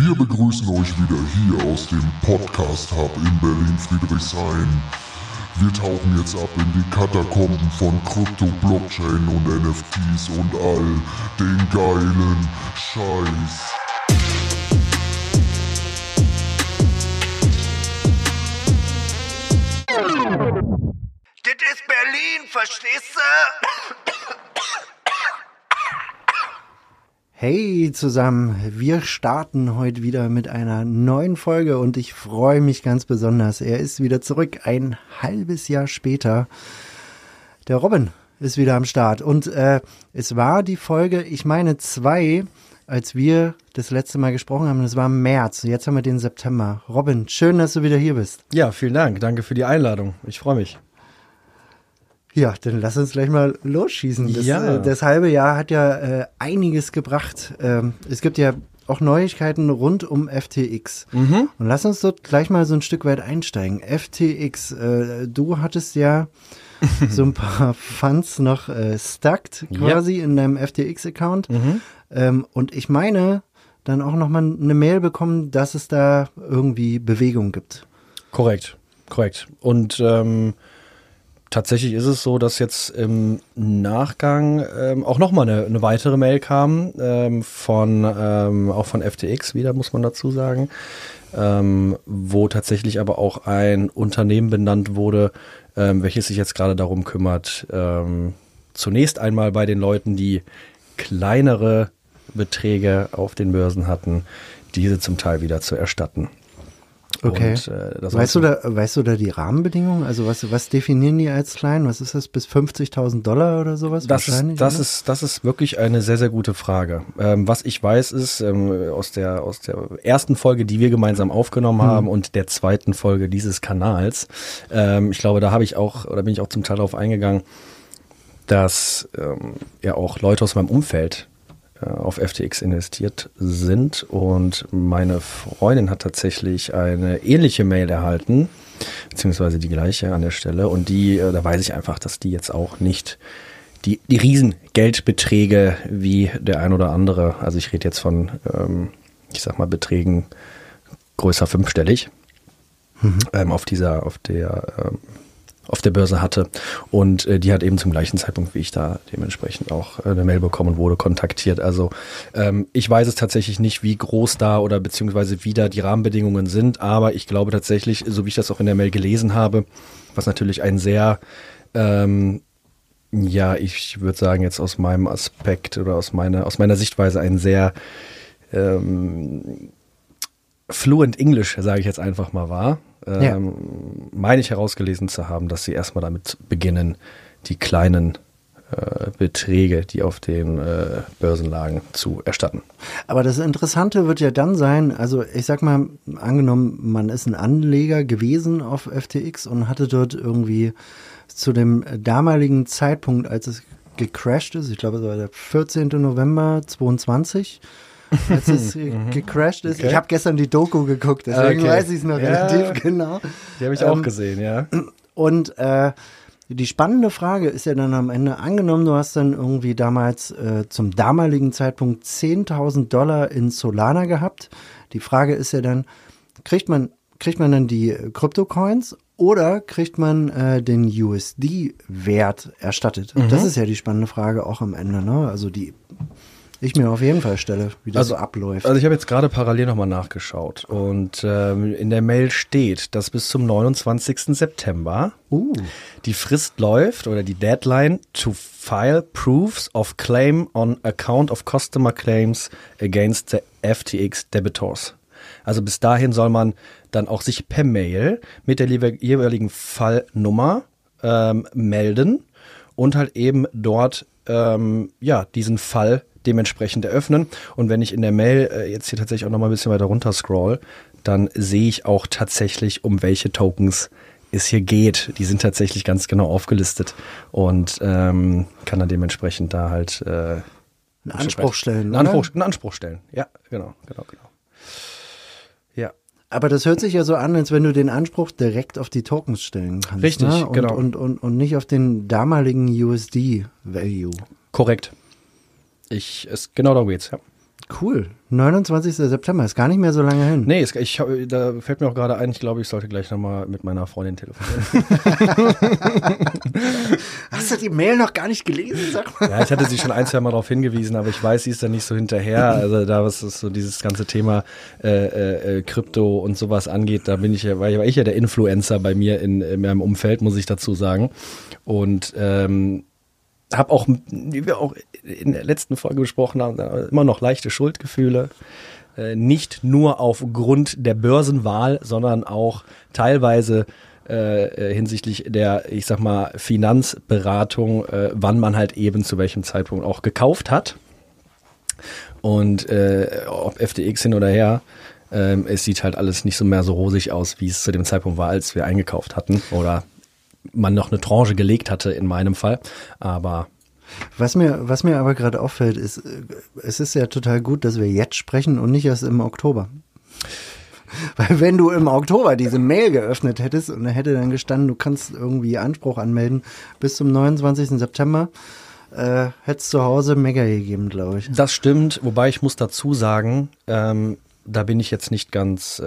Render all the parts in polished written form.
Wir begrüßen euch wieder hier aus dem Podcast Hub in Berlin-Friedrichshain. Wir tauchen jetzt ab in die Katakomben von Krypto, Blockchain und NFTs und all den geilen Scheiß. Das ist Berlin, verstehst du? Hey zusammen, wir starten heute wieder mit einer neuen Folge und ich freue mich ganz besonders. Er ist wieder zurück, ein halbes Jahr später. Der Robin ist wieder am Start und es war die Folge, ich meine 2, als wir das letzte Mal gesprochen haben. Das war im März, jetzt haben wir den September. Robin, schön, dass du wieder hier bist. Ja, vielen Dank, danke für die Einladung, ich freue mich. Ja, dann lass uns gleich mal losschießen. Das halbe Jahr hat ja einiges gebracht. Es gibt ja auch Neuigkeiten rund um FTX. Und lass uns dort gleich mal so ein Stück weit einsteigen. FTX, du hattest ja so ein paar Funds noch stucked quasi in deinem FTX-Account. Und ich meine, dann auch nochmal eine Mail bekommen, dass es da irgendwie Bewegung gibt. Korrekt. Und tatsächlich ist es so, dass jetzt im Nachgang auch nochmal eine weitere Mail kam, auch von FTX wieder, muss man dazu sagen, wo tatsächlich aber auch ein Unternehmen benannt wurde, welches sich jetzt gerade darum kümmert, zunächst einmal bei den Leuten, die kleinere Beträge auf den Börsen hatten, diese zum Teil wieder zu erstatten. Okay. Und, weißt du da die Rahmenbedingungen? Also was definieren die als klein? Was ist das? Bis $50.000 oder sowas? Das ist wirklich eine sehr, sehr gute Frage. Was ich weiß ist, aus der ersten Folge, die wir gemeinsam aufgenommen haben und der zweiten Folge dieses Kanals, ich glaube, bin ich auch zum Teil darauf eingegangen, dass ja auch Leute aus meinem Umfeld auf FTX investiert sind und meine Freundin hat tatsächlich eine ähnliche Mail erhalten, beziehungsweise die gleiche an der Stelle und da weiß ich einfach, dass die jetzt auch nicht die Riesengeldbeträge wie der ein oder andere, also ich rede jetzt von, ich sag mal Beträgen größer fünfstellig, auf der Börse hatte und die hat eben zum gleichen Zeitpunkt wie ich da dementsprechend auch eine Mail bekommen und wurde kontaktiert. Also ich weiß es tatsächlich nicht, wie groß da oder beziehungsweise wie da die Rahmenbedingungen sind, aber ich glaube tatsächlich, so wie ich das auch in der Mail gelesen habe, was natürlich ein sehr, ich würde sagen jetzt aus meinem Aspekt oder aus meiner Sichtweise ein sehr fluent English, sage ich jetzt einfach mal war. Meine ich herausgelesen zu haben, dass sie erstmal damit beginnen, die kleinen Beträge, die auf den Börsen lagen, zu erstatten. Aber das Interessante wird ja dann sein, also ich sag mal, angenommen, man ist ein Anleger gewesen auf FTX und hatte dort irgendwie zu dem damaligen Zeitpunkt, als es gecrashed ist, ich glaube, es war der 14. November 2022, als es gecrashed ist. Okay. Ich habe gestern die Doku geguckt, deswegen weiß ich es noch relativ genau. Die habe ich auch gesehen, ja. Und die spannende Frage ist ja dann am Ende, angenommen, du hast dann irgendwie damals zum damaligen Zeitpunkt $10.000 in Solana gehabt. Die Frage ist ja dann, kriegt man dann die Kryptocoins oder kriegt man den USD-Wert erstattet? Das ist ja die spannende Frage auch am Ende, ne? Also die ich mir auf jeden Fall stelle, wie das so abläuft. Also ich habe jetzt gerade parallel nochmal nachgeschaut und in der Mail steht, dass bis zum 29. September die Frist läuft oder die Deadline to file proofs of claim on account of customer claims against the FTX debitors. Also bis dahin soll man dann auch sich per Mail mit der jeweiligen Fallnummer melden und halt eben dort diesen Fall dementsprechend eröffnen. Und wenn ich in der Mail jetzt hier tatsächlich auch noch mal ein bisschen weiter runter scroll, dann sehe ich auch tatsächlich, um welche Tokens es hier geht. Die sind tatsächlich ganz genau aufgelistet und kann dann dementsprechend da halt einen Anspruch stellen. Einen Anspruch stellen, ja, genau. Ja. Aber das hört sich ja so an, als wenn du den Anspruch direkt auf die Tokens stellen kannst. Richtig, ne? genau. Und nicht auf den damaligen USD-Value. Korrekt. Genau darum geht's, ja. Cool. 29. September, ist gar nicht mehr so lange hin. Nee, da fällt mir auch gerade ein, ich glaube, ich sollte gleich nochmal mit meiner Freundin telefonieren. Hast du die Mail noch gar nicht gelesen, sag mal? Ja, ich hatte sie schon 1-2 Mal darauf hingewiesen, aber ich weiß, sie ist da nicht so hinterher. Also da, was ist so dieses ganze Thema Krypto und sowas angeht, da war ich ja der Influencer bei mir in meinem Umfeld, muss ich dazu sagen. Und habe auch, wie wir auch in der letzten Folge besprochen haben, immer noch leichte Schuldgefühle. Nicht nur aufgrund der Börsenwahl, sondern auch teilweise hinsichtlich der, ich sag mal, Finanzberatung, wann man halt eben zu welchem Zeitpunkt auch gekauft hat. Und ob FTX hin oder her, es sieht halt alles nicht so mehr so rosig aus, wie es zu dem Zeitpunkt war, als wir eingekauft hatten oder man noch eine Tranche gelegt hatte in meinem Fall, aber was mir aber gerade auffällt, ist, es ist ja total gut, dass wir jetzt sprechen und nicht erst im Oktober. Weil wenn du im Oktober diese Mail geöffnet hättest und da hätte dann gestanden, du kannst irgendwie Anspruch anmelden bis zum 29. September, hättest zu Hause Mega gegeben, glaube ich. Das stimmt, wobei ich muss dazu sagen, da bin ich jetzt nicht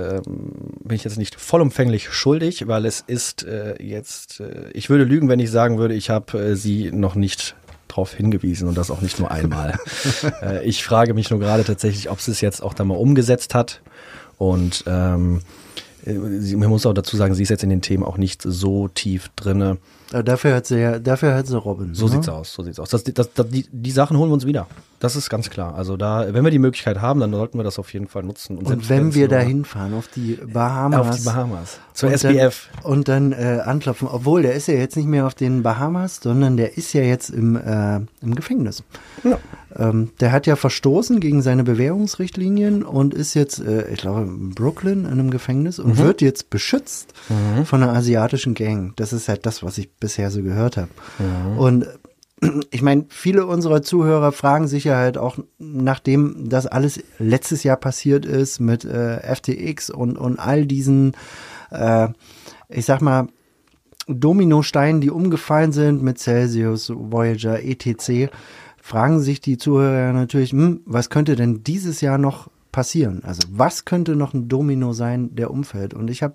vollumfänglich schuldig, weil es ist ich würde lügen, wenn ich sagen würde, ich habe sie noch nicht drauf hingewiesen und das auch nicht nur einmal. Ich frage mich nur gerade tatsächlich, ob sie es jetzt auch da mal umgesetzt hat und man muss auch dazu sagen, sie ist jetzt in den Themen auch nicht so tief drinne. Aber dafür hat sie Robin. So sieht's aus. Die Sachen holen wir uns wieder. Das ist ganz klar. Also wenn wir die Möglichkeit haben, dann sollten wir das auf jeden Fall nutzen. Und wenn wir da hinfahren, auf die Bahamas. Zur SBF. Und dann anklopfen. Obwohl, der ist ja jetzt nicht mehr auf den Bahamas, sondern der ist ja jetzt im Gefängnis. Ja. Der hat ja verstoßen gegen seine Bewährungsrichtlinien und ist jetzt, ich glaube, in Brooklyn in einem Gefängnis und wird jetzt beschützt von einer asiatischen Gang. Das ist halt das, was ich bisher so gehört habe. Und ich meine, viele unserer Zuhörer fragen sich ja halt auch, nachdem das alles letztes Jahr passiert ist mit FTX und all diesen, ich sag mal, Dominosteinen, die umgefallen sind mit Celsius, Voyager, etc., fragen sich die Zuhörer natürlich, was könnte denn dieses Jahr noch passieren? Also was könnte noch ein Domino sein, der umfällt? Und ich habe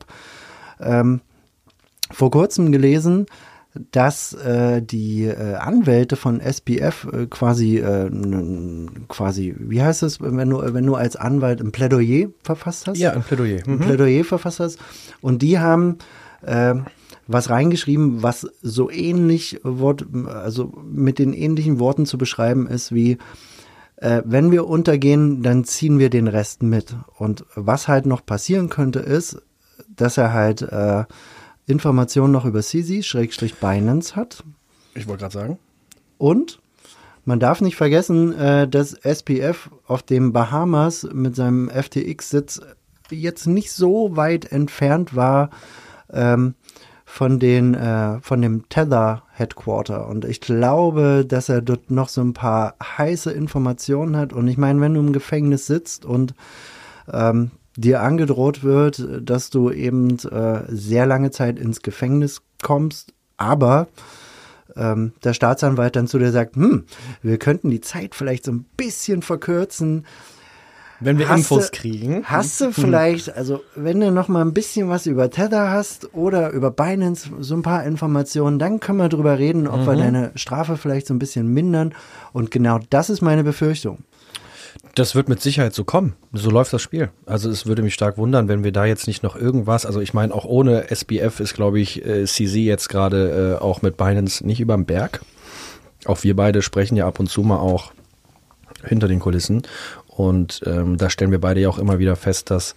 vor kurzem gelesen, dass die Anwälte von SBF quasi, wie heißt es, wenn du als Anwalt ein Plädoyer verfasst hast? Ja, ein Plädoyer. Ein Plädoyer verfasst hast. Und die haben was reingeschrieben, was so ähnlich also mit den ähnlichen Worten zu beschreiben ist wie, wenn wir untergehen, dann ziehen wir den Rest mit. Und was halt noch passieren könnte, ist, dass er halt Informationen noch über CZ/Binance hat. Ich wollte gerade sagen. Und man darf nicht vergessen, dass SBF auf dem Bahamas mit seinem FTX-Sitz jetzt nicht so weit entfernt war von dem Tether-Headquarter. Und ich glaube, dass er dort noch so ein paar heiße Informationen hat. Und ich meine, wenn du im Gefängnis sitzt und dir angedroht wird, dass du eben sehr lange Zeit ins Gefängnis kommst, aber der Staatsanwalt dann zu dir sagt, wir könnten die Zeit vielleicht so ein bisschen verkürzen. Wenn wir Infos kriegen. Hast du vielleicht, also wenn du noch mal ein bisschen was über Tether hast oder über Binance, so ein paar Informationen, dann können wir drüber reden, ob wir deine Strafe vielleicht so ein bisschen mindern. Und genau das ist meine Befürchtung. Das wird mit Sicherheit so kommen. So läuft das Spiel. Also es würde mich stark wundern, wenn wir da jetzt nicht noch irgendwas, also ich meine, auch ohne SBF ist, glaube ich, CZ jetzt gerade auch mit Binance nicht überm Berg. Auch wir beide sprechen ja ab und zu mal auch hinter den Kulissen. Und da stellen wir beide ja auch immer wieder fest, dass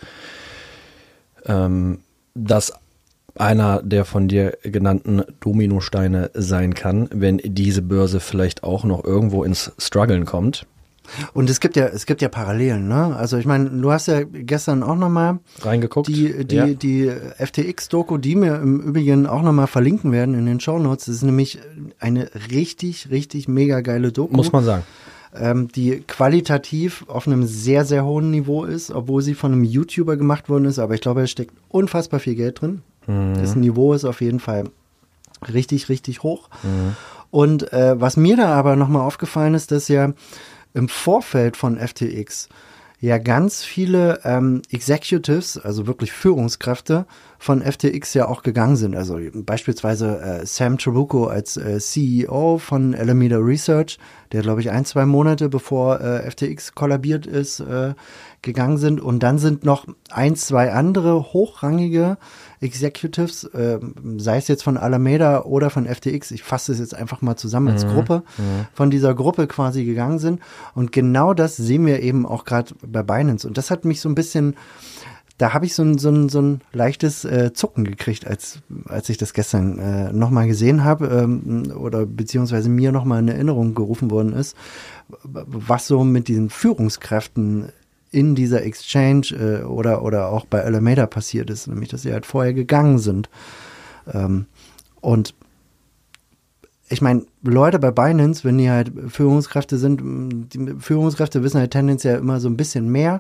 einer der von dir genannten Dominosteine sein kann, wenn diese Börse vielleicht auch noch irgendwo ins Struggeln kommt. Und es gibt ja Parallelen, ne? Also ich meine, du hast ja gestern auch nochmal reingeguckt. Die FTX-Doku, die wir im Übrigen auch nochmal verlinken werden in den Shownotes. Das ist nämlich eine richtig, richtig mega geile Doku. Muss man sagen. Die qualitativ auf einem sehr, sehr hohen Niveau ist, obwohl sie von einem YouTuber gemacht worden ist. Aber ich glaube, es steckt unfassbar viel Geld drin. Das Niveau ist auf jeden Fall richtig, richtig hoch. Und was mir da aber nochmal aufgefallen ist, dass ja im Vorfeld von FTX ja ganz viele Executives, also wirklich Führungskräfte von FTX ja auch gegangen sind. Also beispielsweise Sam Trabucco als CEO von Alameda Research, der glaube ich 1-2 Monate bevor FTX kollabiert ist, gegangen sind. Und dann sind noch 1-2 andere hochrangige Executives, sei es jetzt von Alameda oder von FTX, ich fasse es jetzt einfach mal zusammen als Gruppe, von dieser Gruppe quasi gegangen sind. Und genau das sehen wir eben auch gerade bei Binance. Und das hat mich so ein bisschen, da habe ich so ein leichtes Zucken gekriegt, als ich das gestern nochmal gesehen habe oder beziehungsweise mir nochmal in Erinnerung gerufen worden ist, was so mit diesen Führungskräften in dieser Exchange oder auch bei Alameda passiert ist, nämlich dass sie halt vorher gegangen sind. Und ich meine, Leute bei Binance, wenn die halt Führungskräfte sind, die Führungskräfte wissen halt tendenziell immer so ein bisschen mehr.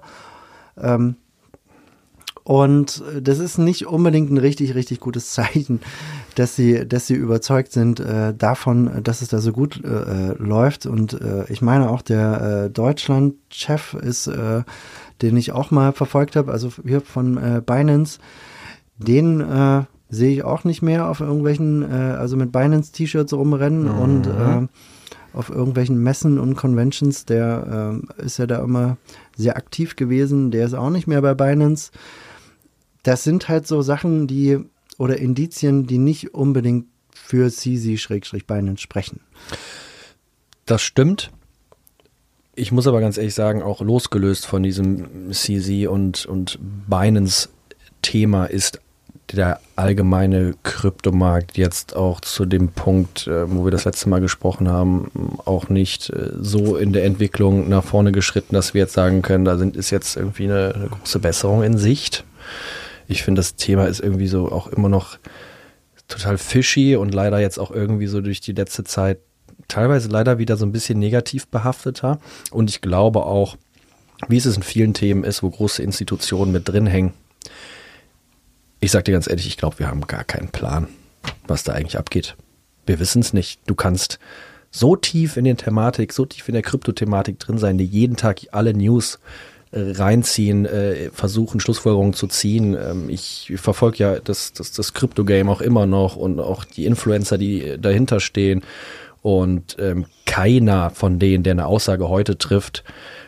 Und das ist nicht unbedingt ein richtig, richtig gutes Zeichen, dass sie überzeugt sind davon, dass es da so gut läuft. Und ich meine auch der Deutschland-Chef ist, den ich auch mal verfolgt habe, also hier von Binance, den sehe ich auch nicht mehr auf irgendwelchen, also mit Binance-T-Shirts rumrennen und auf irgendwelchen Messen und Conventions. Der ist ja da immer sehr aktiv gewesen. Der ist auch nicht mehr bei Binance. Das sind halt so Sachen, oder Indizien, die nicht unbedingt für CZ/Binance sprechen. Das stimmt. Ich muss aber ganz ehrlich sagen, auch losgelöst von diesem CZ und Binance-Thema ist der allgemeine Kryptomarkt jetzt auch zu dem Punkt, wo wir das letzte Mal gesprochen haben, auch nicht so in der Entwicklung nach vorne geschritten, dass wir jetzt sagen können, ist jetzt irgendwie eine große Besserung in Sicht. Ich finde, das Thema ist irgendwie so auch immer noch total fishy und leider jetzt auch irgendwie so durch die letzte Zeit teilweise leider wieder so ein bisschen negativ behafteter. Und ich glaube auch, wie es in vielen Themen ist, wo große Institutionen mit drin hängen, ich sag dir ganz ehrlich, ich glaube, wir haben gar keinen Plan, was da eigentlich abgeht. Wir wissen es nicht. Du kannst so tief in der Kryptothematik drin sein, dir jeden Tag alle News reinziehen, versuchen Schlussfolgerungen zu ziehen. Ich verfolge ja das Krypto-Game auch immer noch und auch die Influencer, die dahinter stehen. Und keiner von denen, der eine Aussage heute trifft,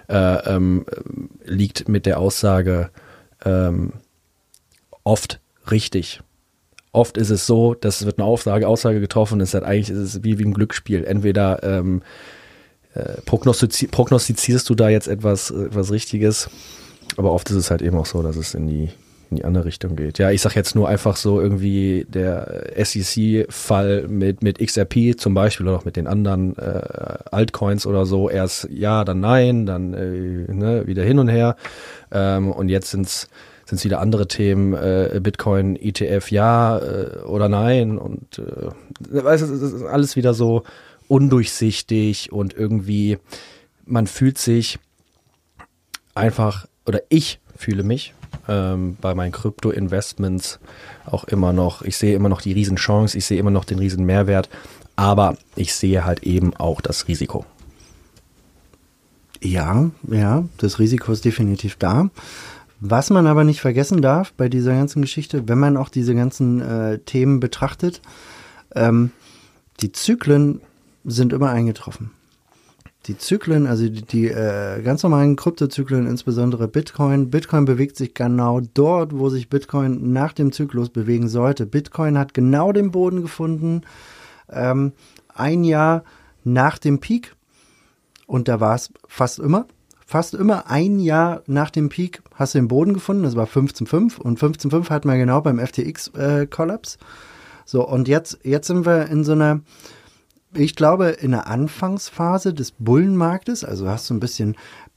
liegt mit der Aussage oft richtig. Oft ist es so, dass es wird eine Aussage getroffen, ist halt eigentlich ist es wie ein Glücksspiel. Entweder prognostizierst du da jetzt etwas Richtiges, aber oft ist es halt eben auch so, dass es in die andere Richtung geht. Ja, ich sag jetzt nur einfach so irgendwie der SEC-Fall mit XRP zum Beispiel oder auch mit den anderen Altcoins oder so. Erst ja, dann nein, dann wieder hin und her. Und jetzt sind's wieder andere Themen, Bitcoin, ETF, ja oder nein. Und es ist alles wieder so undurchsichtig und irgendwie, man fühlt sich einfach, oder ich fühle mich bei meinen Krypto-Investments auch immer noch, ich sehe immer noch die Riesenchance, ich sehe immer noch den riesen Mehrwert, aber ich sehe halt eben auch das Risiko. Ja, das Risiko ist definitiv da. Was man aber nicht vergessen darf bei dieser ganzen Geschichte, wenn man auch diese ganzen Themen betrachtet, die Zyklen sind immer eingetroffen. Die Zyklen, also die ganz normalen Kryptozyklen, insbesondere Bitcoin bewegt sich genau dort, wo sich Bitcoin nach dem Zyklus bewegen sollte. Bitcoin hat genau den Boden gefunden, ein Jahr nach dem Peak, und da war es fast immer ein Jahr nach dem Peak hast du den Boden gefunden, das war 15,5 und 15,5 hatten wir genau beim FTX-Kollaps. So, und jetzt sind wir in so einer, ich glaube, in der Anfangsphase des Bullenmarktes, also hast du ein bisschen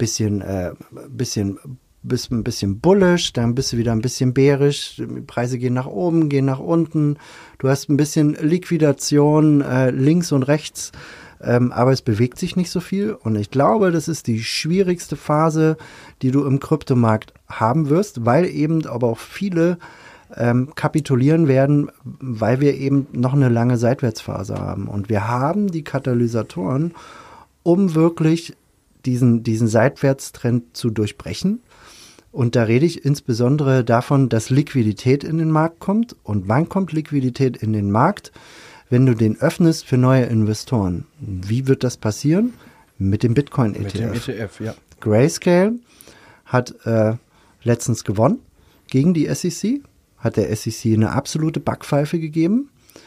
bullish, dann bist du wieder ein bisschen bearish, die Preise gehen nach oben, gehen nach unten, du hast ein bisschen Liquidation links und rechts, aber es bewegt sich nicht so viel und ich glaube, das ist die schwierigste Phase, die du im Kryptomarkt haben wirst, weil eben aber auch viele kapitulieren werden, weil wir eben noch eine lange Seitwärtsphase haben. Und wir haben die Katalysatoren, um wirklich diesen Seitwärtstrend zu durchbrechen. Und da rede ich insbesondere davon, dass Liquidität in den Markt kommt. Und wann kommt Liquidität in den Markt? Wenn du den öffnest für neue Investoren. Wie wird das passieren? Mit dem Bitcoin-ETF. Mit dem ETF, ja. Grayscale hat letztens gewonnen gegen die SEC. Hat der SEC eine absolute Backpfeife gegeben.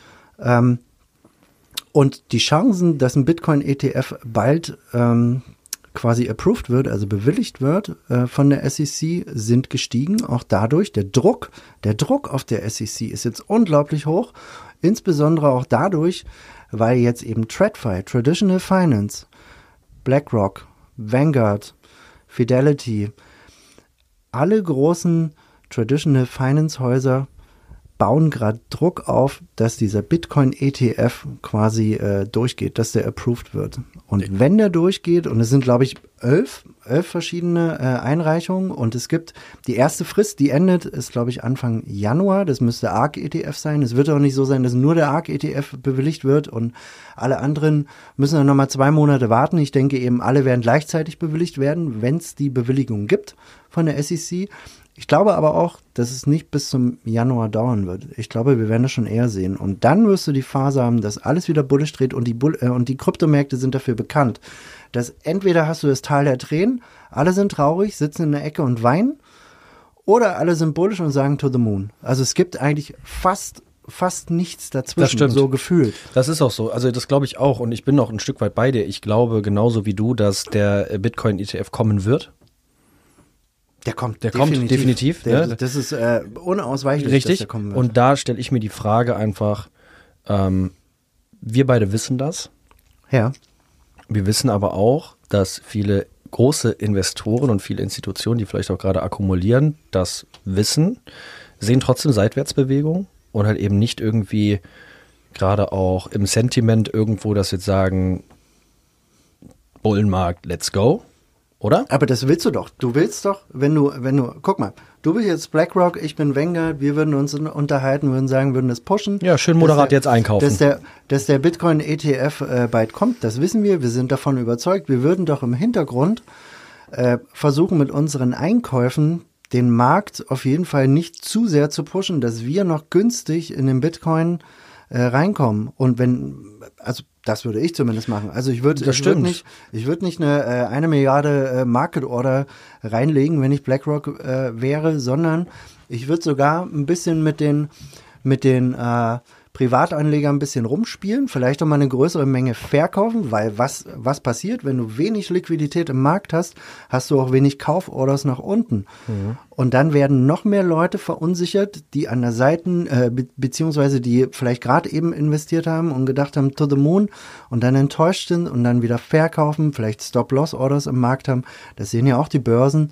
Und die Chancen, dass ein Bitcoin-ETF bald quasi approved wird, also bewilligt wird von der SEC, sind gestiegen. Auch dadurch, der Druck auf der SEC ist jetzt unglaublich hoch. Insbesondere auch dadurch, weil jetzt eben TradFi, Traditional Finance, BlackRock, Vanguard, Fidelity, alle großen Traditional Finance Häuser bauen gerade Druck auf, dass dieser Bitcoin-ETF quasi durchgeht, dass der approved wird. Und wenn der durchgeht, und es sind, glaube ich, 11 verschiedene Einreichungen, und es gibt die erste Frist, die endet, ist, glaube ich, Anfang Januar. Das müsste ARK-ETF sein. Es wird auch nicht so sein, dass nur der ARK-ETF bewilligt wird und alle anderen müssen dann nochmal 2 Monate warten. Ich denke eben, alle werden gleichzeitig bewilligt werden, wenn es die Bewilligung gibt von der SEC. Ich glaube aber auch, dass es nicht bis zum Januar dauern wird. Ich glaube, wir werden das schon eher sehen. Und dann wirst du die Phase haben, dass alles wieder bullish dreht und die Kryptomärkte sind dafür bekannt, dass entweder hast du das Tal der Tränen, alle sind traurig, sitzen in der Ecke und weinen, oder alle sind bullish und sagen to the moon. Also es gibt eigentlich fast nichts dazwischen, das stimmt. So gefühlt. Das ist auch so. Also das glaube ich auch. Und ich bin noch ein Stück weit bei dir. Ich glaube genauso wie du, dass der Bitcoin-ETF kommen wird. Der kommt definitiv. Das ist unausweichlich, richtig. Dass der kommen wird. Und da stelle ich mir die Frage einfach, wir beide wissen das. Ja. Wir wissen aber auch, dass viele große Investoren und viele Institutionen, die vielleicht auch gerade akkumulieren, das wissen, sehen trotzdem Seitwärtsbewegungen und halt eben nicht irgendwie gerade auch im Sentiment irgendwo, dass jetzt sagen, Bullenmarkt, let's go. Oder? Aber das willst du doch. Du willst doch, wenn du, guck mal, du bist jetzt BlackRock, ich bin Vanguard, wir würden uns unterhalten, würden das pushen. Ja, schön moderat jetzt einkaufen. Dass der Bitcoin-ETF bald kommt, das wissen wir sind davon überzeugt. Wir würden doch im Hintergrund versuchen, mit unseren Einkäufen den Markt auf jeden Fall nicht zu sehr zu pushen, dass wir noch günstig in den Bitcoin reinkommen. Und das würde ich zumindest machen. Also ich würde nicht eine 1 Milliarde Market Order reinlegen, wenn ich BlackRock wäre, sondern ich würde sogar ein bisschen mit den Privatanlegern ein bisschen rumspielen, vielleicht auch mal eine größere Menge verkaufen, weil was passiert, wenn du wenig Liquidität im Markt hast, hast du auch wenig Kauforders nach unten. Mhm. Und dann werden noch mehr Leute verunsichert, die an der Seite, beziehungsweise die vielleicht gerade eben investiert haben und gedacht haben, to the moon, und dann enttäuscht sind und dann wieder verkaufen, vielleicht Stop-Loss-Orders im Markt haben. Das sehen ja auch die Börsen.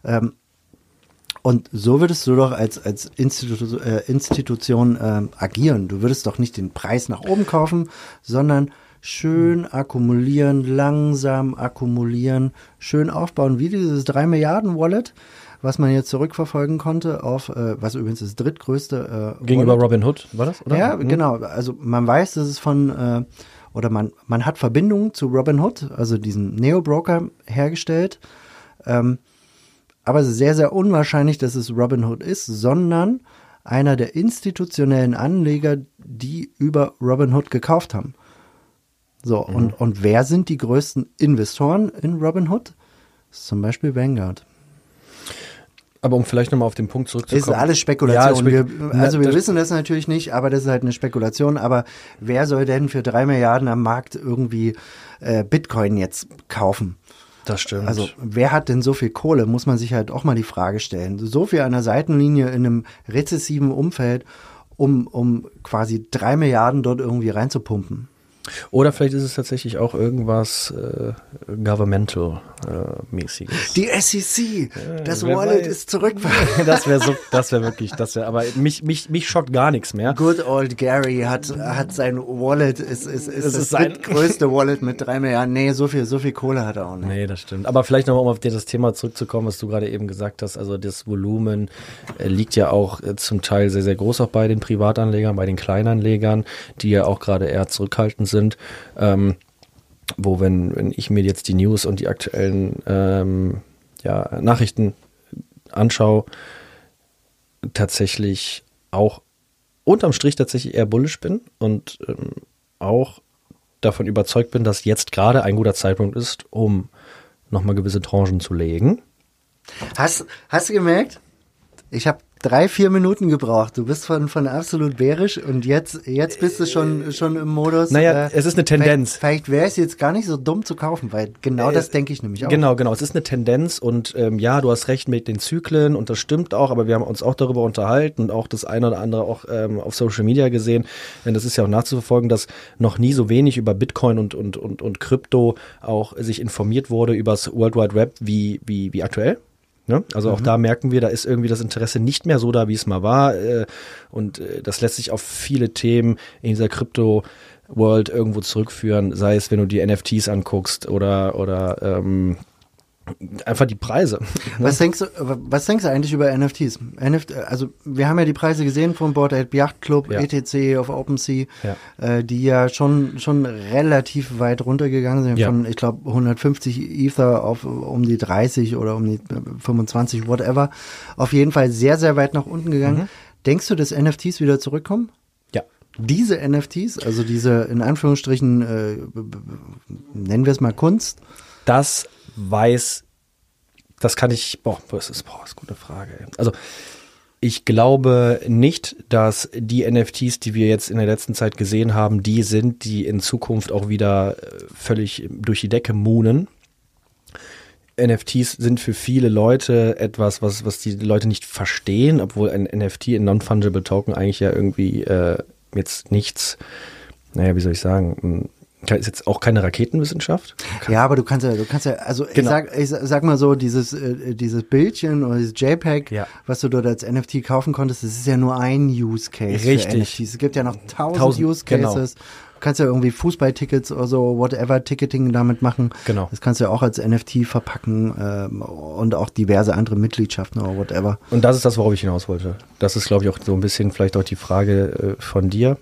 Und so würdest du doch als Institution agieren. Du würdest doch nicht den Preis nach oben kaufen, sondern schön akkumulieren, langsam akkumulieren, schön aufbauen, wie dieses 3 Milliarden Wallet, was man jetzt zurückverfolgen konnte auf, was übrigens das drittgrößte gegenüber Wallet. Robinhood, war das? Oder? Ja, genau. Also man weiß, dass es von, oder man hat Verbindungen zu Robinhood, also diesen Neo-Broker hergestellt, aber es ist sehr, sehr unwahrscheinlich, dass es Robinhood ist, sondern einer der institutionellen Anleger, die über Robinhood gekauft haben. So, und wer sind die größten Investoren in Robinhood? Das ist zum Beispiel Vanguard. Aber um vielleicht nochmal auf den Punkt zurückzukommen. Ist alles Spekulation. Ja, wir wissen das natürlich nicht, aber das ist halt eine Spekulation. Aber wer soll denn für 3 Milliarden am Markt irgendwie Bitcoin jetzt kaufen? Das stimmt. Also wer hat denn so viel Kohle, muss man sich halt auch mal die Frage stellen. So viel an der Seitenlinie in einem rezessiven Umfeld, um quasi 3 Milliarden dort irgendwie reinzupumpen. Oder vielleicht ist es tatsächlich auch irgendwas Governmental-mäßiges. Die SEC, das Wallet ist zurück. Das wäre wirklich, aber mich schockt gar nichts mehr. Good old Gary hat sein Wallet, ist das drittgrößte Wallet mit 3 Milliarden. Nee, so viel Kohle hat er auch nicht. Nee, das stimmt. Aber vielleicht nochmal, um auf das Thema zurückzukommen, was du gerade eben gesagt hast, also das Volumen liegt ja auch zum Teil sehr, sehr groß auch bei den Privatanlegern, bei den Kleinanlegern, die ja auch gerade eher zurückhaltend sind. wo, wenn ich mir jetzt die News und die aktuellen Nachrichten anschaue, tatsächlich auch unterm Strich tatsächlich eher bullish bin und auch davon überzeugt bin, dass jetzt gerade ein guter Zeitpunkt ist, um nochmal gewisse Tranchen zu legen. Hast du gemerkt? Ich habe 3-4 Minuten gebraucht. Du bist von absolut bärisch und jetzt bist du schon im Modus. Naja, es ist eine Tendenz. Vielleicht wäre es jetzt gar nicht so dumm zu kaufen, weil genau das denke ich nämlich auch. Genau. Es ist eine Tendenz und ja, du hast recht mit den Zyklen und das stimmt auch, aber wir haben uns auch darüber unterhalten und auch das eine oder andere auch auf Social Media gesehen. Denn das ist ja auch nachzuverfolgen, dass noch nie so wenig über Bitcoin und Krypto auch sich informiert wurde übers World Wide Web wie aktuell. Ne? Also auch da merken wir, da ist irgendwie das Interesse nicht mehr so da, wie es mal war. Und das lässt sich auf viele Themen in dieser Crypto-World irgendwo zurückführen, sei es, wenn du die NFTs anguckst oder einfach die Preise. Was denkst du eigentlich über NFTs? Also wir haben ja die Preise gesehen von Bored Ape Yacht Club, ETC auf OpenSea, die ja schon relativ weit runtergegangen sind, von ich glaube 150 Ether auf um die 30 oder um die 25, whatever. Auf jeden Fall sehr, sehr weit nach unten gegangen. Denkst du, dass NFTs wieder zurückkommen? Ja. Diese NFTs, also diese in Anführungsstrichen, nennen wir es mal Kunst? Das kann ich, das ist eine gute Frage. Also ich glaube nicht, dass die NFTs, die wir jetzt in der letzten Zeit gesehen haben, die sind, die in Zukunft auch wieder völlig durch die Decke moonen. NFTs sind für viele Leute etwas, was die Leute nicht verstehen, obwohl ein NFT, ein Non-Fungible Token, eigentlich ja irgendwie jetzt nichts, naja, wie soll ich sagen, ist jetzt auch keine Raketenwissenschaft. Ja, aber du kannst ja, also genau. ich sag mal so, dieses Bildchen oder dieses JPEG, was du dort als NFT kaufen konntest, das ist ja nur ein Use Case für NFTs. Es gibt ja noch 1000 Use Cases. Genau. Du kannst ja irgendwie Fußballtickets oder so, whatever, Ticketing damit machen. Genau. Das kannst du ja auch als NFT verpacken und auch diverse andere Mitgliedschaften oder whatever. Und das ist das, worauf ich hinaus wollte. Das ist, glaube ich, auch so ein bisschen vielleicht auch die Frage von dir.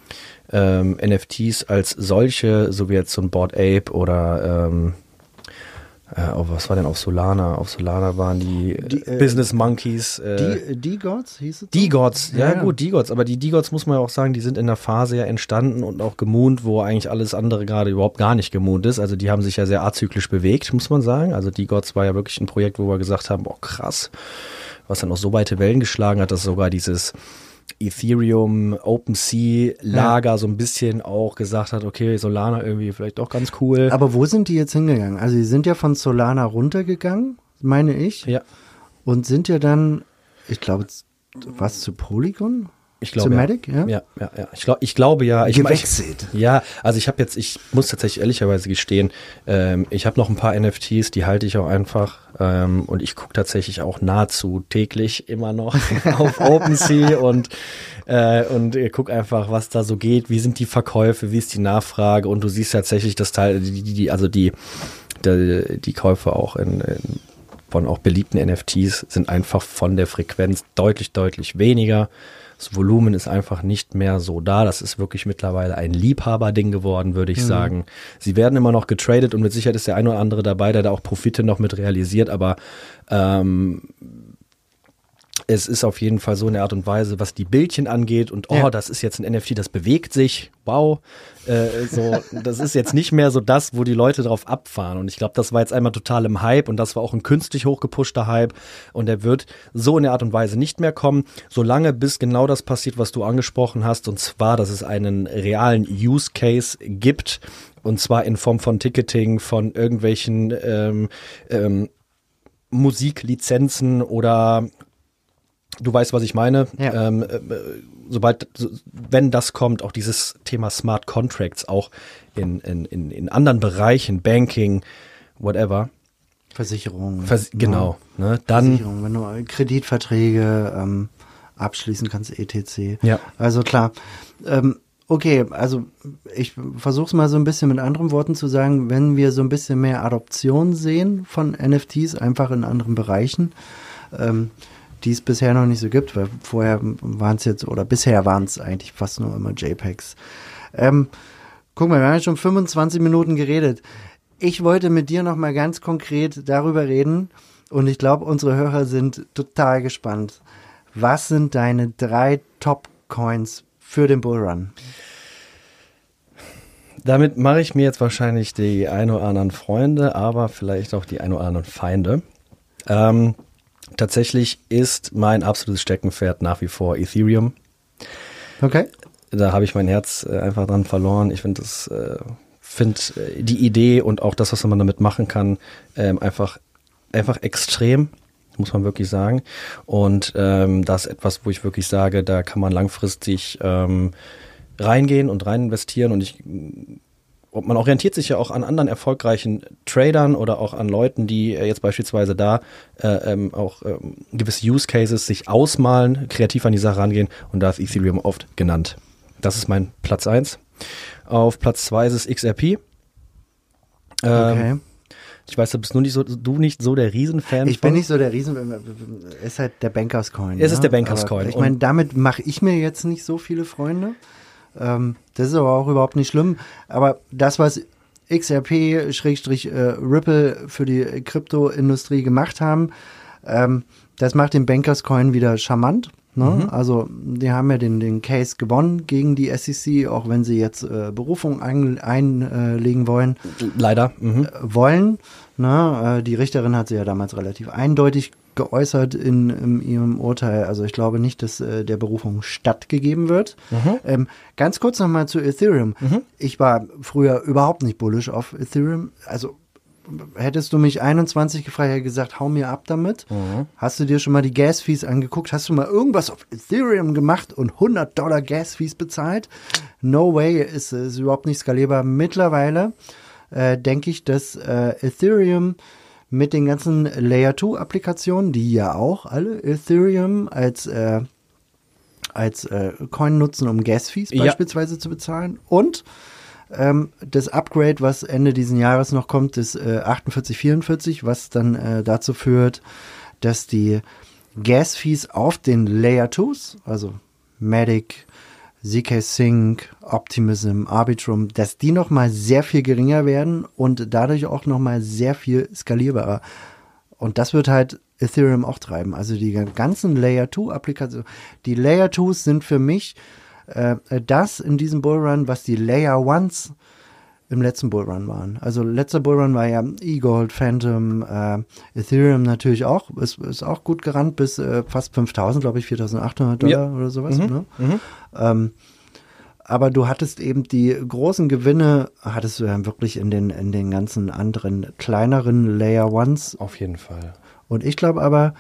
NFTs als solche, so wie jetzt so ein Bored Ape oder was war denn auf Solana? Auf Solana waren die Business Monkeys. D-Gods hieß es? D-Gods, ja gut, D-Gods. Aber die D-Gods, muss man ja auch sagen, die sind in der Phase ja entstanden und auch gemoont, wo eigentlich alles andere gerade überhaupt gar nicht gemoont ist. Also die haben sich ja sehr azyklisch bewegt, muss man sagen. Also D-Gods war ja wirklich ein Projekt, wo wir gesagt haben, krass, was dann auch so weite Wellen geschlagen hat, dass sogar dieses Ethereum, OpenSea-Lager so ein bisschen auch gesagt hat, okay, Solana irgendwie vielleicht doch ganz cool. Aber wo sind die jetzt hingegangen? Also die sind ja von Solana runtergegangen, meine ich. Ja. Und sind ja dann, ich glaube, was zu Polygon? Ich glaube, zu Matic, ja. Ja. Ich glaube ja. Gewechselt. Also ich muss tatsächlich ehrlicherweise gestehen, ich habe noch ein paar NFTs, die halte ich auch einfach und ich gucke tatsächlich auch nahezu täglich immer noch auf OpenSea und guck einfach, was da so geht, wie sind die Verkäufe, wie ist die Nachfrage und du siehst tatsächlich, dass die Käufe auch von auch beliebten NFTs sind einfach von der Frequenz deutlich, deutlich weniger. Das Volumen ist einfach nicht mehr so da. Das ist wirklich mittlerweile ein Liebhaberding geworden, würde ich sagen. Sie werden immer noch getradet und mit Sicherheit ist der ein oder andere dabei, der da auch Profite noch mit realisiert, aber es ist auf jeden Fall so eine Art und Weise, was die Bildchen angeht und das ist jetzt ein NFT, das bewegt sich, wow, das ist jetzt nicht mehr so das, wo die Leute drauf abfahren und ich glaube, das war jetzt einmal total im Hype und das war auch ein künstlich hochgepushter Hype und der wird so in der Art und Weise nicht mehr kommen, solange bis genau das passiert, was du angesprochen hast und zwar, dass es einen realen Use Case gibt und zwar in Form von Ticketing, von irgendwelchen Musiklizenzen oder du weißt, was ich meine. Ja. Wenn das kommt, auch dieses Thema Smart Contracts auch in anderen Bereichen, Banking, whatever. Versicherung. Genau. Ne? Dann Versicherung, wenn du Kreditverträge abschließen kannst, etc. Ja. Also klar. Okay, also ich versuche es mal so ein bisschen mit anderen Worten zu sagen, wenn wir so ein bisschen mehr Adoption sehen von NFTs, einfach in anderen Bereichen, die es bisher noch nicht so gibt, weil bisher waren es eigentlich fast nur immer JPEGs. Guck mal, wir haben ja schon 25 Minuten geredet. Ich wollte mit dir noch mal ganz konkret darüber reden und ich glaube, unsere Hörer sind total gespannt. Was sind deine 3 Top-Coins für den Bullrun? Damit mache ich mir jetzt wahrscheinlich die ein oder anderen Freunde, aber vielleicht auch die ein oder anderen Feinde. Tatsächlich ist mein absolutes Steckenpferd nach wie vor Ethereum. Okay. Da habe ich mein Herz einfach dran verloren. Ich finde die Idee und auch das, was man damit machen kann, einfach extrem, muss man wirklich sagen. Und das ist etwas, wo ich wirklich sage, da kann man langfristig reingehen und rein investieren. Und man orientiert sich ja auch an anderen erfolgreichen Tradern oder auch an Leuten, die jetzt beispielsweise da auch gewisse Use Cases sich ausmalen, kreativ an die Sache rangehen. Und da ist Ethereum oft genannt. Das ist mein Platz 1. Auf Platz 2 ist es XRP. Okay. Ich weiß, du bist du nicht so der Riesenfan. Ich bin nicht so der ist halt der Bankers Coin. Es ist der Bankers Coin. Ich meine, damit mache ich mir jetzt nicht so viele Freunde. Das ist aber auch überhaupt nicht schlimm. Aber das, was XRP-Ripple für die Kryptoindustrie gemacht haben, das macht den Bankers Coin wieder charmant. Ne? Mhm. Also die haben ja den Case gewonnen gegen die SEC, auch wenn sie jetzt Berufung einlegen wollen. Leider. Wollen. Ne? Die Richterin hat sie ja damals relativ eindeutig geäußert in ihrem Urteil. Also ich glaube nicht, dass der Berufung stattgegeben wird. Ganz kurz nochmal zu Ethereum. Ich war früher überhaupt nicht bullish auf Ethereum. Also hättest du mich 21 gefragt, hätte gesagt, hau mir ab damit. Hast du dir schon mal die Gas-Fees angeguckt? Hast du mal irgendwas auf Ethereum gemacht und $100 Gas-Fees bezahlt? No way, ist überhaupt nicht skalierbar. Mittlerweile denke ich, dass Ethereum mit den ganzen Layer-2-Applikationen, die ja auch alle Ethereum als Coin nutzen, um Gas-Fees beispielsweise zu bezahlen, und das Upgrade, was Ende diesen Jahres noch kommt, ist 4844, was dann dazu führt, dass die Gas-Fees auf den Layer-2s, also Matic, zk-Sync, Optimism, Arbitrum, dass die nochmal sehr viel geringer werden und dadurch auch nochmal sehr viel skalierbarer. Und das wird halt Ethereum auch treiben. Also die ganzen Layer-2-Applikationen, die Layer-2s sind für mich das in diesem Bullrun, was die Layer-1s im letzten Bullrun waren. Also letzter Bullrun war ja eGold, Phantom, Ethereum natürlich auch, ist auch gut gerannt bis fast 5.000, glaube ich, $4.800 oder sowas. Ne? Aber du hattest eben die großen Gewinne, hattest du ja wirklich in den ganzen anderen kleineren Layer-1s. Auf jeden Fall. Und ich glaube aber,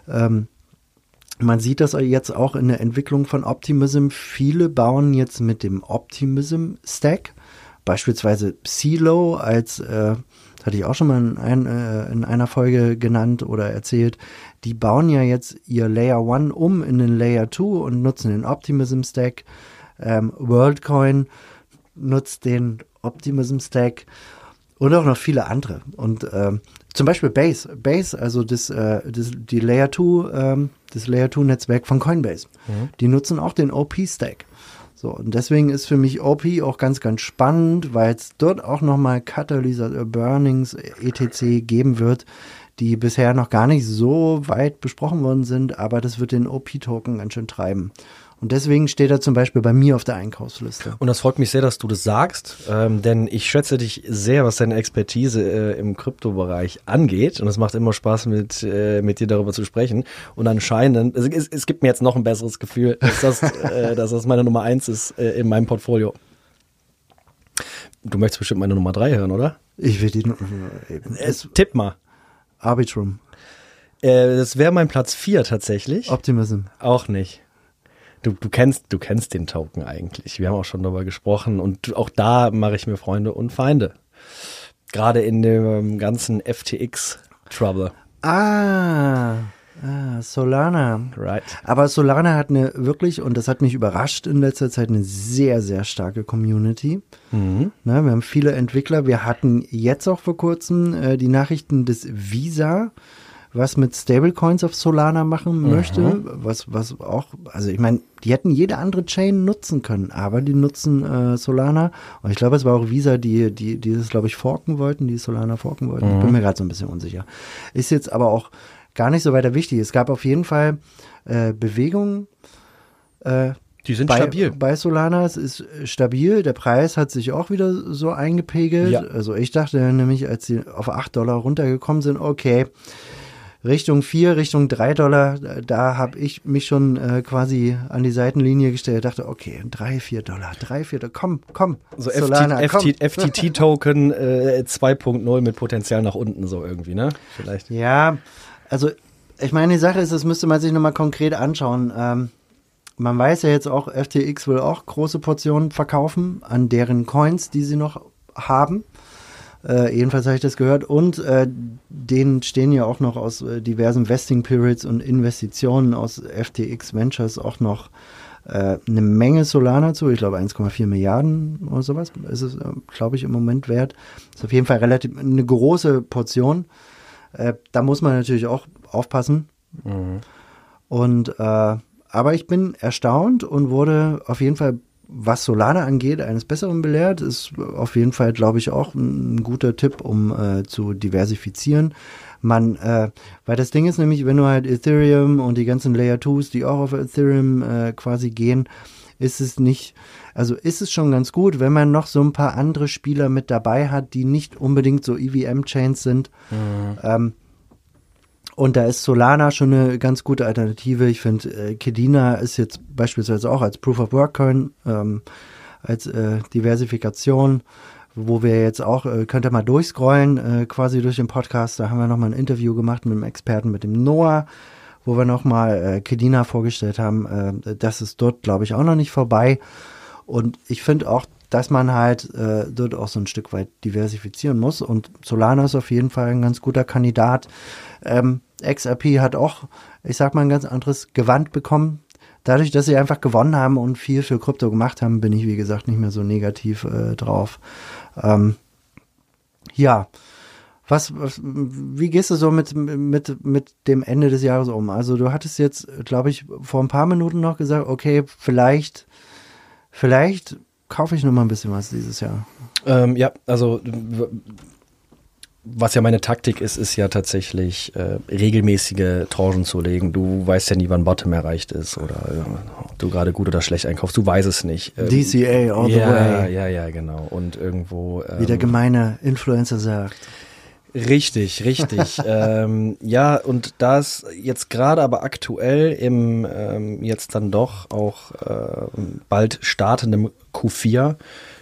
man sieht das jetzt auch in der Entwicklung von Optimism. Viele bauen jetzt mit dem Optimism-Stack, beispielsweise CeeLo als, hatte ich auch schon mal in einer Folge genannt oder erzählt, die bauen ja jetzt ihr Layer 1 in den Layer 2 und nutzen den Optimism-Stack. WorldCoin nutzt den Optimism-Stack und auch noch viele andere. Und zum Beispiel Base, also die Layer 2, das Layer 2 Netzwerk von Coinbase. Die nutzen auch den OP-Stack. So, und deswegen ist für mich OP auch ganz, ganz spannend, weil es dort auch nochmal Katalysator Burnings etc. geben wird, die bisher noch gar nicht so weit besprochen worden sind, aber das wird den OP-Token ganz schön treiben. Und deswegen steht er zum Beispiel bei mir auf der Einkaufsliste. Und das freut mich sehr, dass du das sagst, denn ich schätze dich sehr, was deine Expertise im Kryptobereich angeht. Und es macht immer Spaß, mit dir darüber zu sprechen. Und anscheinend, es gibt mir jetzt noch ein besseres Gefühl, dass das meine Nummer 1 ist in meinem Portfolio. Du möchtest bestimmt meine Nummer 3 hören, oder? Ich will die tipp mal. Arbitrum. Das wäre mein Platz 4 tatsächlich. Optimism. Auch nicht. Du kennst den Token eigentlich. Wir haben auch schon darüber gesprochen und auch da mache ich mir Freunde und Feinde. Gerade in dem ganzen FTX-Trouble. Solana. Right. Aber Solana hat wirklich, und das hat mich überrascht in letzter Zeit, eine sehr, sehr starke Community. Wir haben viele Entwickler. Wir hatten jetzt auch vor kurzem die Nachrichten des Visa, was mit Stablecoins auf Solana machen möchte, was auch, also ich meine, die hätten jede andere Chain nutzen können, aber die nutzen Solana und ich glaube, es war auch Visa, die das, glaube ich, forken wollten, die Solana forken wollten. Ich bin mir gerade so ein bisschen unsicher. Ist jetzt aber auch gar nicht so weiter wichtig. Es gab auf jeden Fall Bewegungen, die sind stabil. Bei Solana, es ist stabil. Der Preis hat sich auch wieder so eingepegelt. Ja. Also ich dachte nämlich, als sie auf $8 runtergekommen sind, okay, Richtung 4, Richtung $3, da habe ich mich schon quasi an die Seitenlinie gestellt, dachte, okay, $3-4, komm. So Solana, FTT-Token 2.0 mit Potenzial nach unten so irgendwie, ne? Vielleicht. Ja, also ich meine, die Sache ist, das müsste man sich nochmal konkret anschauen. Man weiß ja jetzt auch, FTX will auch große Portionen verkaufen an deren Coins, die sie noch haben. Jedenfalls habe ich das gehört. Und denen stehen ja auch noch aus diversen Vesting Periods und Investitionen aus FTX Ventures auch noch eine Menge Solana zu. Ich glaube 1,4 Milliarden oder sowas ist es, glaube ich, im Moment wert. Ist auf jeden Fall relativ eine große Portion. Da muss man natürlich auch aufpassen. Und aber ich bin erstaunt und wurde auf jeden Fall, was Solana angeht, eines Besseren belehrt. Ist auf jeden Fall, glaube ich, auch ein guter Tipp, um zu diversifizieren. Weil das Ding ist nämlich, wenn du halt Ethereum und die ganzen Layer 2s, die auch auf Ethereum quasi gehen, ist es schon ganz gut, wenn man noch so ein paar andere Spieler mit dabei hat, die nicht unbedingt so EVM-Chains sind. Und da ist Solana schon eine ganz gute Alternative. Ich finde, Kadena ist jetzt beispielsweise auch als Proof-of-Work-Coin, als Diversifikation, wo wir jetzt auch, könnt ihr mal durchscrollen, quasi durch den Podcast. Da haben wir nochmal ein Interview gemacht mit einem Experten, mit dem Noah, wo wir nochmal Kadena vorgestellt haben. Das ist dort, glaube ich, auch noch nicht vorbei. Und ich finde auch, dass man halt dort auch so ein Stück weit diversifizieren muss. Und Solana ist auf jeden Fall ein ganz guter Kandidat. XRP hat auch, ich sag mal, ein ganz anderes Gewand bekommen. Dadurch, dass sie einfach gewonnen haben und viel für Krypto gemacht haben, bin ich, wie gesagt, nicht mehr so negativ drauf. Ja, wie gehst du so mit dem Ende des Jahres um? Also du hattest jetzt, glaube ich, vor ein paar Minuten noch gesagt, okay, vielleicht kaufe ich noch mal ein bisschen was dieses Jahr. Ja, also was ja meine Taktik ist ja tatsächlich regelmäßige Tranchen zu legen. Du weißt ja nie, wann Bottom erreicht ist oder ob du gerade gut oder schlecht einkaufst. Du weißt es nicht. DCA all the way. Ja, genau. Und irgendwo wie der gemeine Influencer sagt. Richtig. Ja, und das jetzt gerade aber aktuell im jetzt dann doch auch bald startendem Q4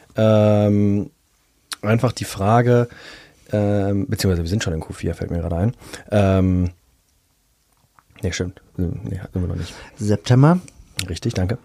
einfach die Frage, beziehungsweise wir sind schon in Q4, fällt mir gerade ein. Nee, stimmt. Nee, sind wir noch nicht. September. Richtig, danke.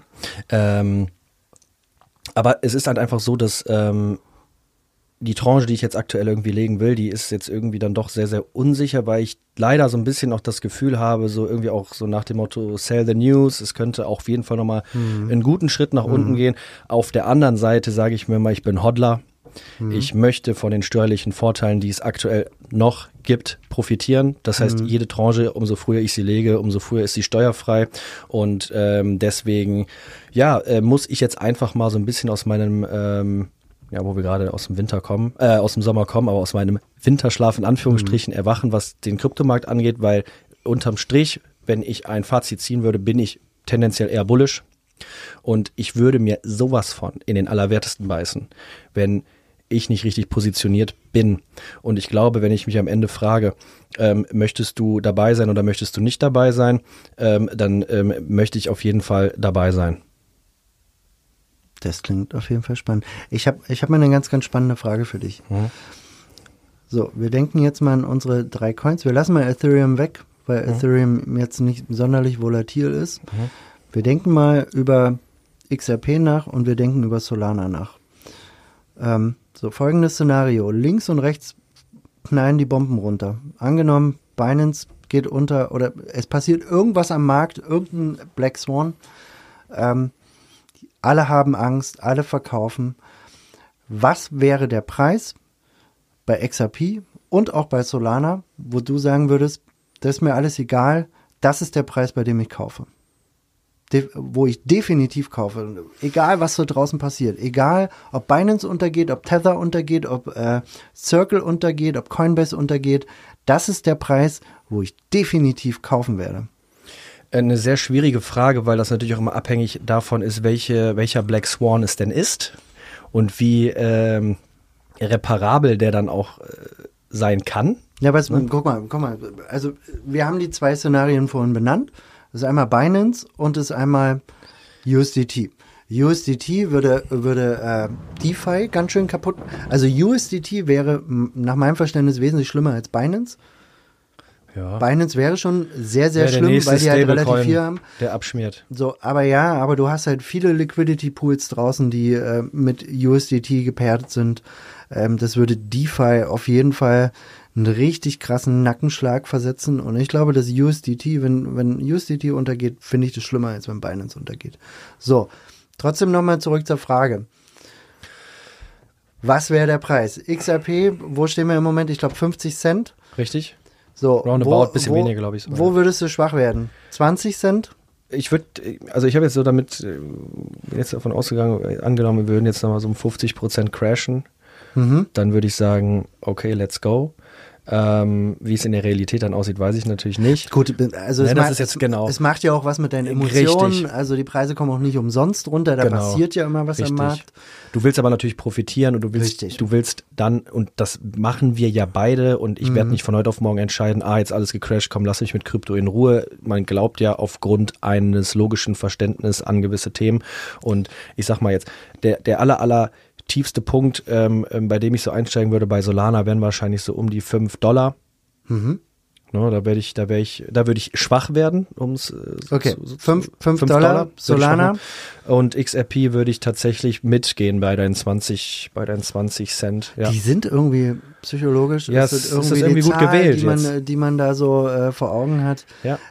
Aber es ist halt einfach so, dass die Tranche, die ich jetzt aktuell irgendwie legen will, die ist jetzt irgendwie dann doch sehr, sehr unsicher, weil ich leider so ein bisschen auch das Gefühl habe, so irgendwie auch so nach dem Motto Sell the News, es könnte auch auf jeden Fall nochmal einen guten Schritt nach unten gehen. Auf der anderen Seite sage ich mir mal, ich bin Hodler. Ich möchte von den steuerlichen Vorteilen, die es aktuell noch gibt, profitieren. Das heißt, jede Tranche, umso früher ich sie lege, umso früher ist sie steuerfrei. Und deswegen, muss ich jetzt einfach mal so ein bisschen aus meinem wo wir gerade aus dem aus dem Sommer kommen, aber aus meinem Winterschlaf in Anführungsstrichen erwachen, was den Kryptomarkt angeht, weil unterm Strich, wenn ich ein Fazit ziehen würde, bin ich tendenziell eher bullish und ich würde mir sowas von in den Allerwertesten beißen, wenn ich nicht richtig positioniert bin. Und ich glaube, wenn ich mich am Ende frage, möchtest du dabei sein oder möchtest du nicht dabei sein, dann möchte ich auf jeden Fall dabei sein. Das klingt auf jeden Fall spannend. Ich hab mal eine ganz, ganz spannende Frage für dich. So, wir denken jetzt mal an unsere 3 Coins. Wir lassen mal Ethereum weg, weil Ethereum jetzt nicht sonderlich volatil ist. Wir denken mal über XRP nach und wir denken über Solana nach. So, folgendes Szenario. Links und rechts knallen die Bomben runter. Angenommen, Binance geht unter oder es passiert irgendwas am Markt, irgendein Black Swan. Alle haben Angst, alle verkaufen. Was wäre der Preis bei XRP und auch bei Solana, wo du sagen würdest, das ist mir alles egal, das ist der Preis, bei dem ich kaufe. Wo ich definitiv kaufe, egal was so draußen passiert, egal ob Binance untergeht, ob Tether untergeht, ob Circle untergeht, ob Coinbase untergeht, das ist der Preis, wo ich definitiv kaufen werde. Eine sehr schwierige Frage, weil das natürlich auch immer abhängig davon ist, welcher Black Swan es denn ist und wie reparabel der dann auch sein kann. Ja, aber guck mal, also wir haben die 2 Szenarien vorhin benannt. Das ist einmal Binance und das ist einmal USDT. USDT würde DeFi ganz schön kaputt. Also USDT wäre nach meinem Verständnis wesentlich schlimmer als Binance. Ja. Binance wäre schon sehr, sehr schlimm, weil die halt relativ viel haben. Der abschmiert. So, aber du hast halt viele Liquidity Pools draußen, die mit USDT gepaart sind. Das würde DeFi auf jeden Fall einen richtig krassen Nackenschlag versetzen. Und ich glaube, dass USDT, wenn USDT untergeht, finde ich das schlimmer, als wenn Binance untergeht. So, trotzdem nochmal zurück zur Frage. Was wäre der Preis? XRP, wo stehen wir im Moment? Ich glaube 50 Cent. Richtig. So, roundabout, bisschen weniger, glaube ich. Wo würdest du schwach werden? 20 Cent? Ich habe jetzt so damit, jetzt davon ausgegangen, angenommen, wir würden jetzt nochmal so um 50% crashen, dann würde ich sagen, okay, let's go. Wie es in der Realität dann aussieht, weiß ich natürlich nicht. Gut, also es macht ja auch was mit deinen Emotionen. Richtig. Also die Preise kommen auch nicht umsonst runter, da passiert ja immer was am Markt. Du willst aber natürlich profitieren und du willst dann, und das machen wir ja beide, und ich werde nicht von heute auf morgen entscheiden, jetzt alles gecrashed, komm, lass mich mit Krypto in Ruhe. Man glaubt ja aufgrund eines logischen Verständnisses an gewisse Themen, und ich sag mal jetzt, der aller tiefste Punkt, bei dem ich so einsteigen würde bei Solana, wären wahrscheinlich so um die $5. No, da würde ich schwach werden, okay, $5 Solana. Und XRP würde ich tatsächlich mitgehen bei deinen 20 Cent. Ja. Die sind irgendwie psychologisch, ja, ist das irgendwie gut Zahl, gewählt, die man da so vor Augen hat. Ja.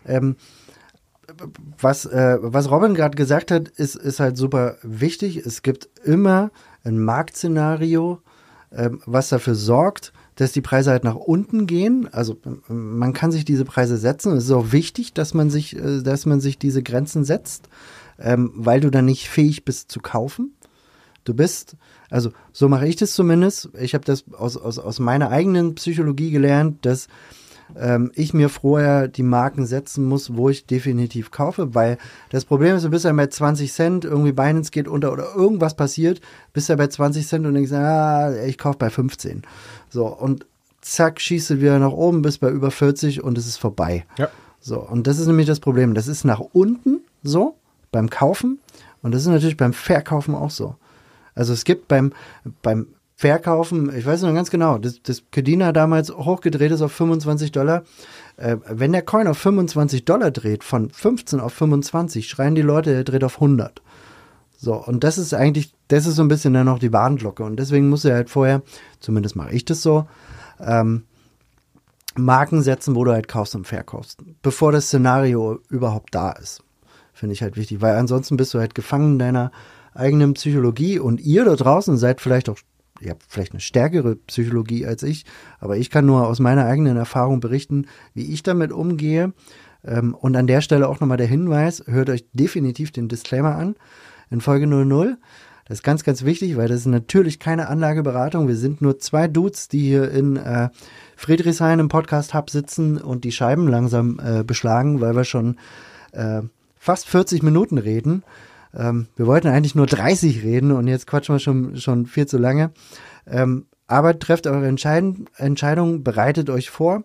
Was Robin gerade gesagt hat, ist halt super wichtig. Es gibt immer ein Marktszenario, was dafür sorgt, dass die Preise halt nach unten gehen. Also man kann sich diese Preise setzen. Es ist auch wichtig, dass man sich diese Grenzen setzt, weil du dann nicht fähig bist zu kaufen. Du bist, also so mache ich das zumindest. Ich habe das aus meiner eigenen Psychologie gelernt, dass ich mir vorher die Marken setzen muss, wo ich definitiv kaufe, weil das Problem ist, du bist ja bei 20 Cent, irgendwie Binance geht unter oder irgendwas passiert, bist ja bei 20 Cent und denkst, ich kaufe bei 15. So, und zack, schießt du wieder nach oben, bist bei über 40 und es ist vorbei. Ja. So, und das ist nämlich das Problem. Das ist nach unten so, beim Kaufen, und das ist natürlich beim Verkaufen auch so. Also es gibt beim Verkaufen, ich weiß noch ganz genau, das Kadena damals hochgedreht ist auf $25. Wenn der Coin auf $25 dreht, von 15 auf 25, schreien die Leute, er dreht auf 100. So, und das ist so ein bisschen dann noch die Warnglocke. Und deswegen muss er halt vorher, zumindest mache ich das so, Marken setzen, wo du halt kaufst und verkaufst, bevor das Szenario überhaupt da ist. Finde ich halt wichtig, weil ansonsten bist du halt gefangen deiner eigenen Psychologie, und ihr da draußen seid vielleicht auch, ihr habt vielleicht eine stärkere Psychologie als ich, aber ich kann nur aus meiner eigenen Erfahrung berichten, wie ich damit umgehe. Und an der Stelle auch nochmal der Hinweis, hört euch definitiv den Disclaimer an in Folge 00. Das ist ganz, ganz wichtig, weil das ist natürlich keine Anlageberatung. Wir sind nur 2 Dudes, die hier in Friedrichshain im Podcast-Hub sitzen und die Scheiben langsam beschlagen, weil wir schon fast 40 Minuten reden. Wir wollten eigentlich nur 30 reden und jetzt quatschen wir schon viel zu lange. Aber trefft eure Entscheidung, bereitet euch vor.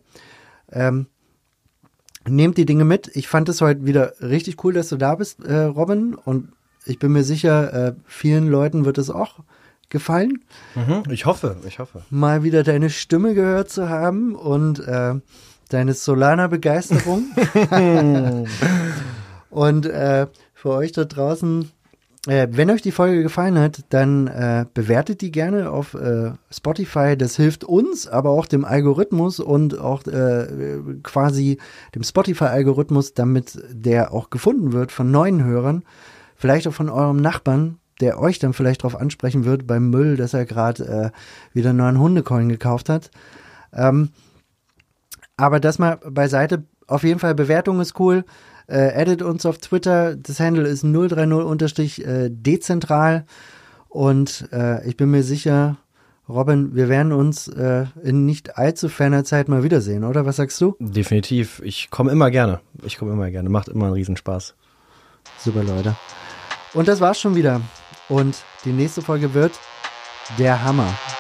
Nehmt die Dinge mit. Ich fand es heute wieder richtig cool, dass du da bist, Robin. Und ich bin mir sicher, vielen Leuten wird es auch gefallen. Ich hoffe. Mal wieder deine Stimme gehört zu haben und deine Solana-Begeisterung. Und für euch da draußen, wenn euch die Folge gefallen hat, dann bewertet die gerne auf Spotify. Das hilft uns, aber auch dem Algorithmus und auch quasi dem Spotify-Algorithmus, damit der auch gefunden wird von neuen Hörern. Vielleicht auch von eurem Nachbarn, der euch dann vielleicht darauf ansprechen wird beim Müll, dass er gerade wieder einen neuen Hundecoin gekauft hat. Aber das mal beiseite, auf jeden Fall Bewertung ist cool. Addet uns auf Twitter. Das Handle ist 030-dezentral. Und ich bin mir sicher, Robin, wir werden uns in nicht allzu ferner Zeit mal wiedersehen, oder? Was sagst du? Definitiv. Ich komme immer gerne. Macht immer einen Riesenspaß. Super, Leute. Und das war's schon wieder. Und die nächste Folge wird der Hammer.